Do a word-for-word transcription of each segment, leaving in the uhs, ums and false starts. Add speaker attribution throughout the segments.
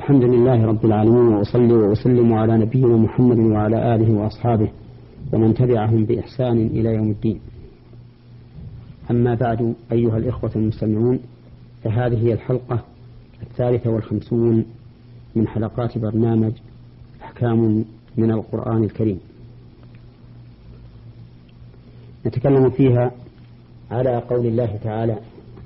Speaker 1: الحمد لله رب العالمين، وأصلي وأسلم على نبينا محمد وعلى آله وأصحابه ومن تبعهم بإحسان إلى يوم الدين. أما بعد، أيها الإخوة المستمعون، فهذه هي الحلقة الثالثة والخمسون من حلقات برنامج أحكام من القرآن الكريم، نتكلم فيها على قول الله تعالى: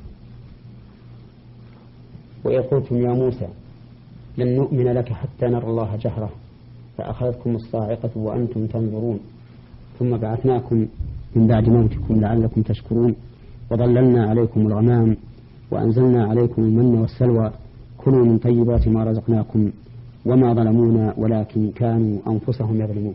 Speaker 1: وإذ قلتم يا موسى لن نؤمن لك حتى نرى الله جهرة فأخذتكم الصاعقة وأنتم تنظرون ثم بعثناكم من بعد موتكم لعلكم تشكرون وظللنا عليكم الغمام وأنزلنا عليكم المن والسلوى كلوا من طيبات ما رزقناكم وما ظلمونا ولكن كانوا أنفسهم يظلمون.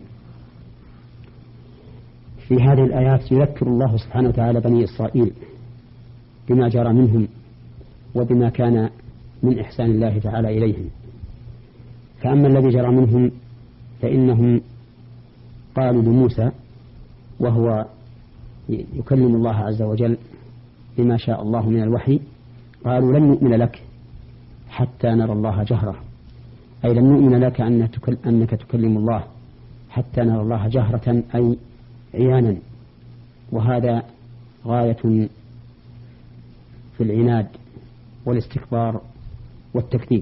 Speaker 1: في هذه الآيات يذكر الله سبحانه وتعالى بني إسرائيل بما جرى منهم وبما كان من إحسان الله تعالى إليهم. فأما الذي جرى منهم فإنهم قالوا لموسى وهو يكلم الله عز وجل بما شاء الله من الوحي، قالوا لن نؤمن لك حتى نرى الله جهرة، أي لن نؤمن لك أنك تكلم الله حتى نرى الله جهرة أي عيانا، وهذا غاية في العناد والاستكبار والتكذيب.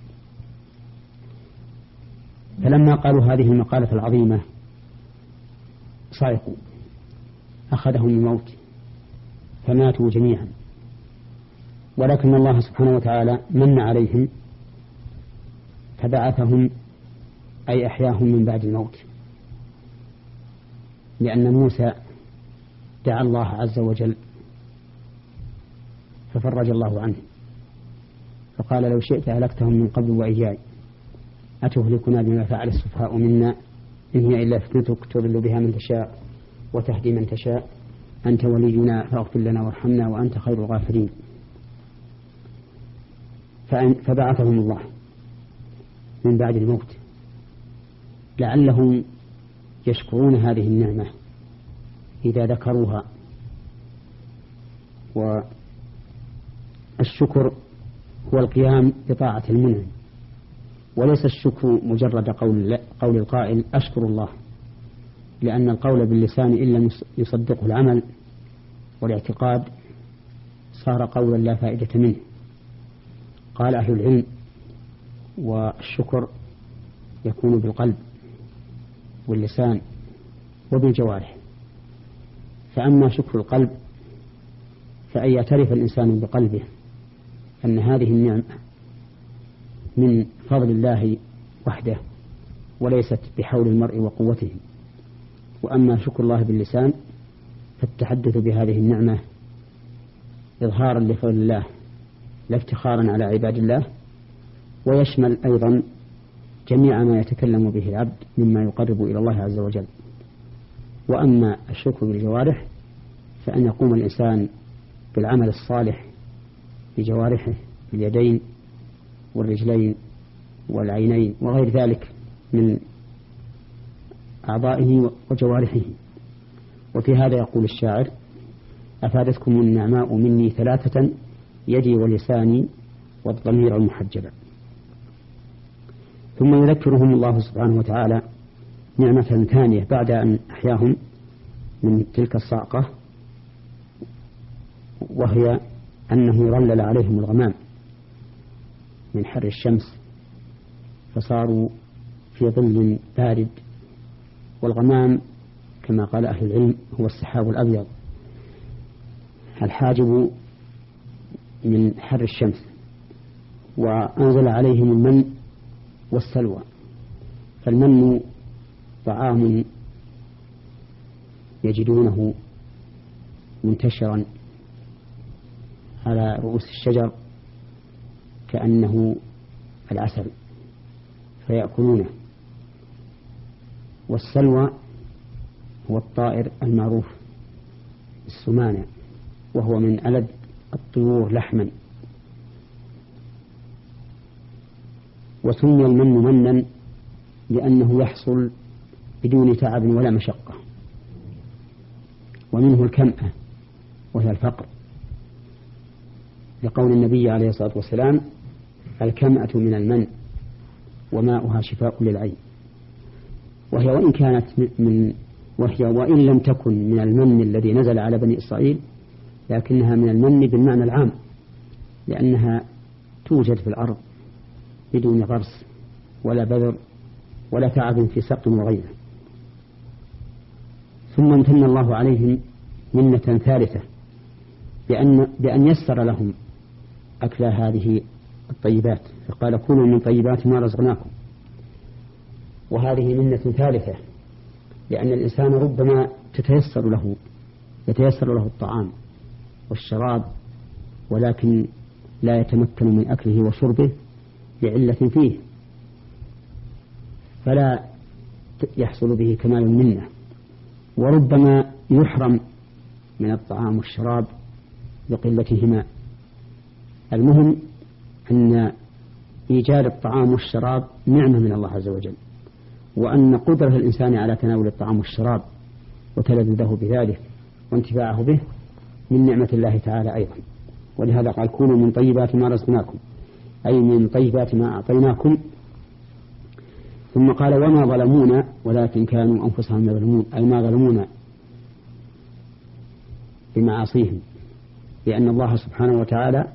Speaker 1: فلما قالوا هذه المقالة العظيمة صعقوا، أخذهم الموت فماتوا جميعا، ولكن الله سبحانه وتعالى من عليهم فبعثهم أي أحياهم من بعد الموت، لأن موسى دعا الله عز وجل ففرج الله عنه فقال: لو شئت أهلكتهم من قبل وإياي أتهلكنا بما فعل السفهاء منا إن هي إلا فتنتك تضل بها من تشاء وتهدي من تشاء أنت ولينا فاغفر لنا وارحمنا وأنت خير الغافرين. فبعثهم الله من بعد الموت لعلهم يشكرون هذه النعمة إذا ذكروها. والشكر هو القيام بطاعة المنعم، وليس الشكر مجرد قول, قول القائل أشكر الله، لأن القول باللسان إن لم يصدقه العمل والاعتقاد صار قولا لا فائدة منه. قال أهل العلم: والشكر يكون بالقلب واللسان وبالجوارح. فأما شكر القلب فأن يعترف الإنسان بقلبه أن هذه النعمة من فضل الله وحده وليست بحول المرء وقوته. وأما شكر الله باللسان فالتحدث بهذه النعمة إظهارا لفضل الله لا افتخارا على عباد الله، ويشمل أيضا جميع ما يتكلم به العبد مما يقرب إلى الله عز وجل. وأما الشكر بالجوارح فأن يقوم الإنسان بالعمل الصالح بجوارحه باليدين والرجلين والعينين وغير ذلك من أعضائه وجوارحه. وفي هذا يقول الشاعر: أفادتكم النعماء مني ثلاثة يدي ولساني والضمير المحجبة. ثم يذكرهم الله سبحانه وتعالى نعمة ثانية بعد أن أحياهم من تلك الصعقة، وهي أنه ظلل عليهم الغمام من حر الشمس فصاروا في ظل بارد. والغمام كما قال أهل العلم هو السحاب الأبيض الحاجب من حر الشمس. وأنزل عليهم المن والسلوى. فالمن طعام يجدونه منتشرا على رؤوس الشجر كأنه العسل فيأكلونه. والسلوى هو الطائر المعروف السمانة، وهو من ألد الطيور لحما. وسمي المن منا لأنه يحصل بدون تعب ولا مشقة. ومنه الكمأة وهي الفقر، لقول النبي عليه الصلاة والسلام: الكمأة من المن وماؤها شفاء للعين. وهي وإن كانت من وهي وإن لم تكن من المن الذي نزل على بني إسرائيل، لكنها من المن بالمعنى العام، لأنها توجد في الأرض بدون غرس ولا بذر ولا تعب في سقط وغيره. ثم امتن الله عليهم منة ثالثة بأن, بأن يسر لهم أكل هذه الطيبات، فقال كلوا من طيبات ما رزقناكم. وهذه منة ثالثة، لأن الإنسان ربما تتيسر له يتيسر له الطعام والشراب، ولكن لا يتمكن من أكله وشربه لعلة فيه، فلا يحصل به كمال المنة. وربما يحرم من الطعام والشراب لقلتهما. المهم أن إيجاد الطعام والشراب نعمة من الله عز وجل، وأن قدرة الإنسان على تناول الطعام والشراب وتلذذه بذلك وانتفاعه به من نعمة الله تعالى أيضا. ولهذا قال كونوا من طيبات ما رزقناكم، أي من طيبات ما أعطيناكم. ثم قال وما ظلمونا ولكن كانوا أنفسهم يظلمون، أي ما ظلمونا بمعاصيهم، لأن الله سبحانه وتعالى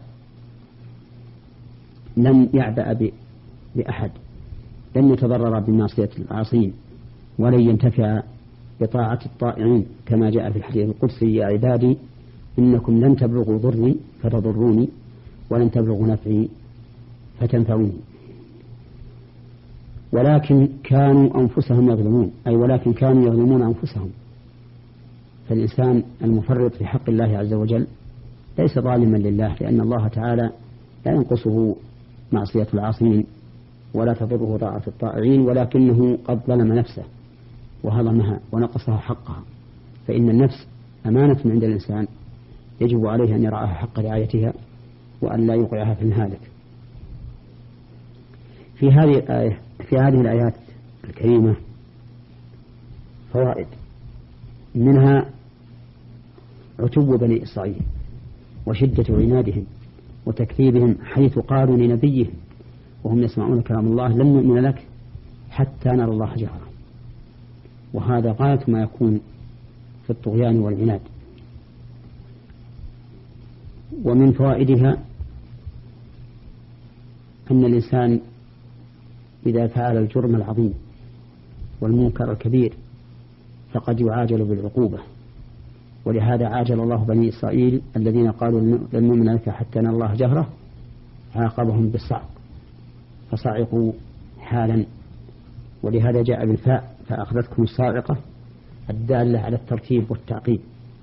Speaker 1: لم يعبأ بأحد، لم يتضرر بمعصية العاصين ولن ينتفع بطاعة الطائعين، كما جاء في الحديث القدسي يا عبادي إنكم لن تبلغوا ضري فتضروني ولن تبلغوا نفعي فتنفعوني، ولكن كانوا أنفسهم يظلمون، أي ولكن كانوا يظلمون أنفسهم. فالإنسان المفرط في حق الله عز وجل ليس ظالما لله، لأن الله تعالى لا ينقصه معصية العاصين ولا تضره طاعة الطائعين، ولكنه قد ظلم نفسه وهضمها ونقصها حقها. فإن النفس أمانة عند الإنسان يجب عليه أن يرعاها حق رعايتها وأن لا يوقعها في المهالك. في هذه الآية في هذه الآيات الكريمة فوائد، منها عتو بني إسرائيل وشدة عنادهم وتكذيبهم، حيث قالوا لنبيهم وهم يسمعون كلام الله لن نؤمن لك حتى نرى الله جهرا. وهذا غاية ما يكون في الطغيان والعناد. ومن فوائدها أن الإنسان إذا فعل الجرم العظيم والمنكر الكبير فقد يعاجل بالعقوبة، ولهذا عاجل الله بني إسرائيل الذين قالوا لن نؤمن لك حتى نرى الله جهرة، عاقبهم بالصعق فصعقوا حالا، ولهذا جاء بالفاء فأخذتكم الصاعقة الدالة على الترتيب والتعقيب.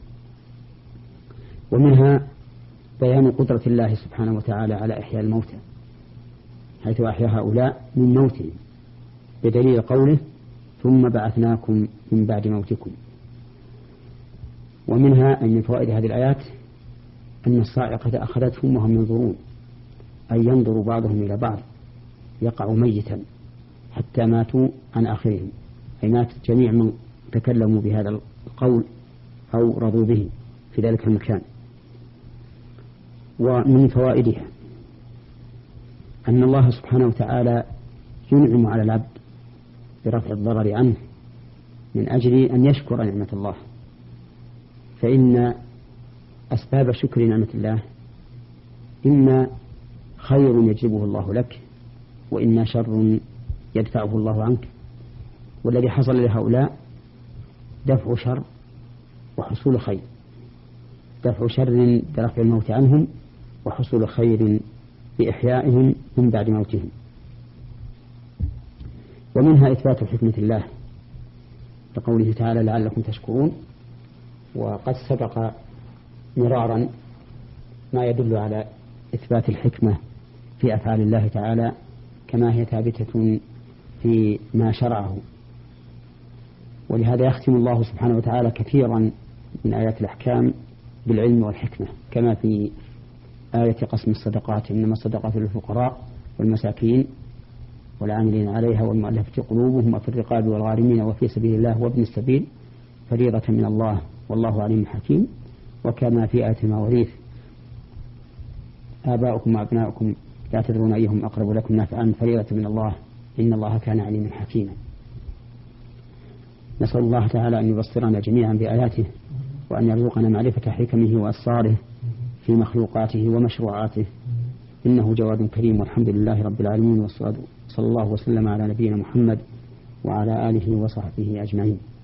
Speaker 1: ومنها بيان قدرة الله سبحانه وتعالى على إحياء الموتى، حيث أحيا هؤلاء من موتهم بدليل قوله ثم بعثناكم من بعد موتكم. ومنها أن من فوائد هذه الآيات أن الصاعقة أخذتهم وهم ينظرون، أي ينظر بعضهم إلى بعض، يقع ميتا حتى ماتوا عن آخرهم، أي مات جميع من تكلموا بهذا القول أو رضوا به في ذلك المكان. ومن فوائدها أن الله سبحانه وتعالى ينعم على العبد برفع الضرر عنه من أجل أن يشكر نعمة الله، فإن أسباب شكر نعمة الله إما خير يجلبه الله لك، وإما شر يدفعه الله عنك. والذي حصل لهؤلاء دفع شر وحصول خير، دفع شر برفع الموت عنهم وحصول خير بإحيائهم من بعد موتهم. ومنها إثبات حكمة الله لقوله تعالى لعلكم تشكرون، وقد سبق مرارا ما يدل على إثبات الحكمة في أفعال الله تعالى كما هي ثابتة في ما شرعه. ولهذا يختم الله سبحانه وتعالى كثيرا من آيات الأحكام بالعلم والحكمة، كما في آية قسم الصدقات إنما الصدقات للفقراء والمساكين والعاملين عليها والمؤلفة قلوبهم وفي الرقاب والغارمين وفي سبيل الله وابن السبيل فريضة من الله والله عليم حكيم. وكما في آية المواريث آباؤكم وأبناؤكم لا تدرون أيهم أقرب لكم نفعا فريضة من الله إن الله كان عليما حكيما. نسأل الله تعالى أن يبصرنا جميعا بآياته، وأن يرزقنا معرفة حكمه وأسراره في مخلوقاته ومشروعاته، إنه جواد كريم. والحمد لله رب العالمين، والصلاة صلى الله وسلم على نبينا محمد وعلى آله وصحبه أجمعين.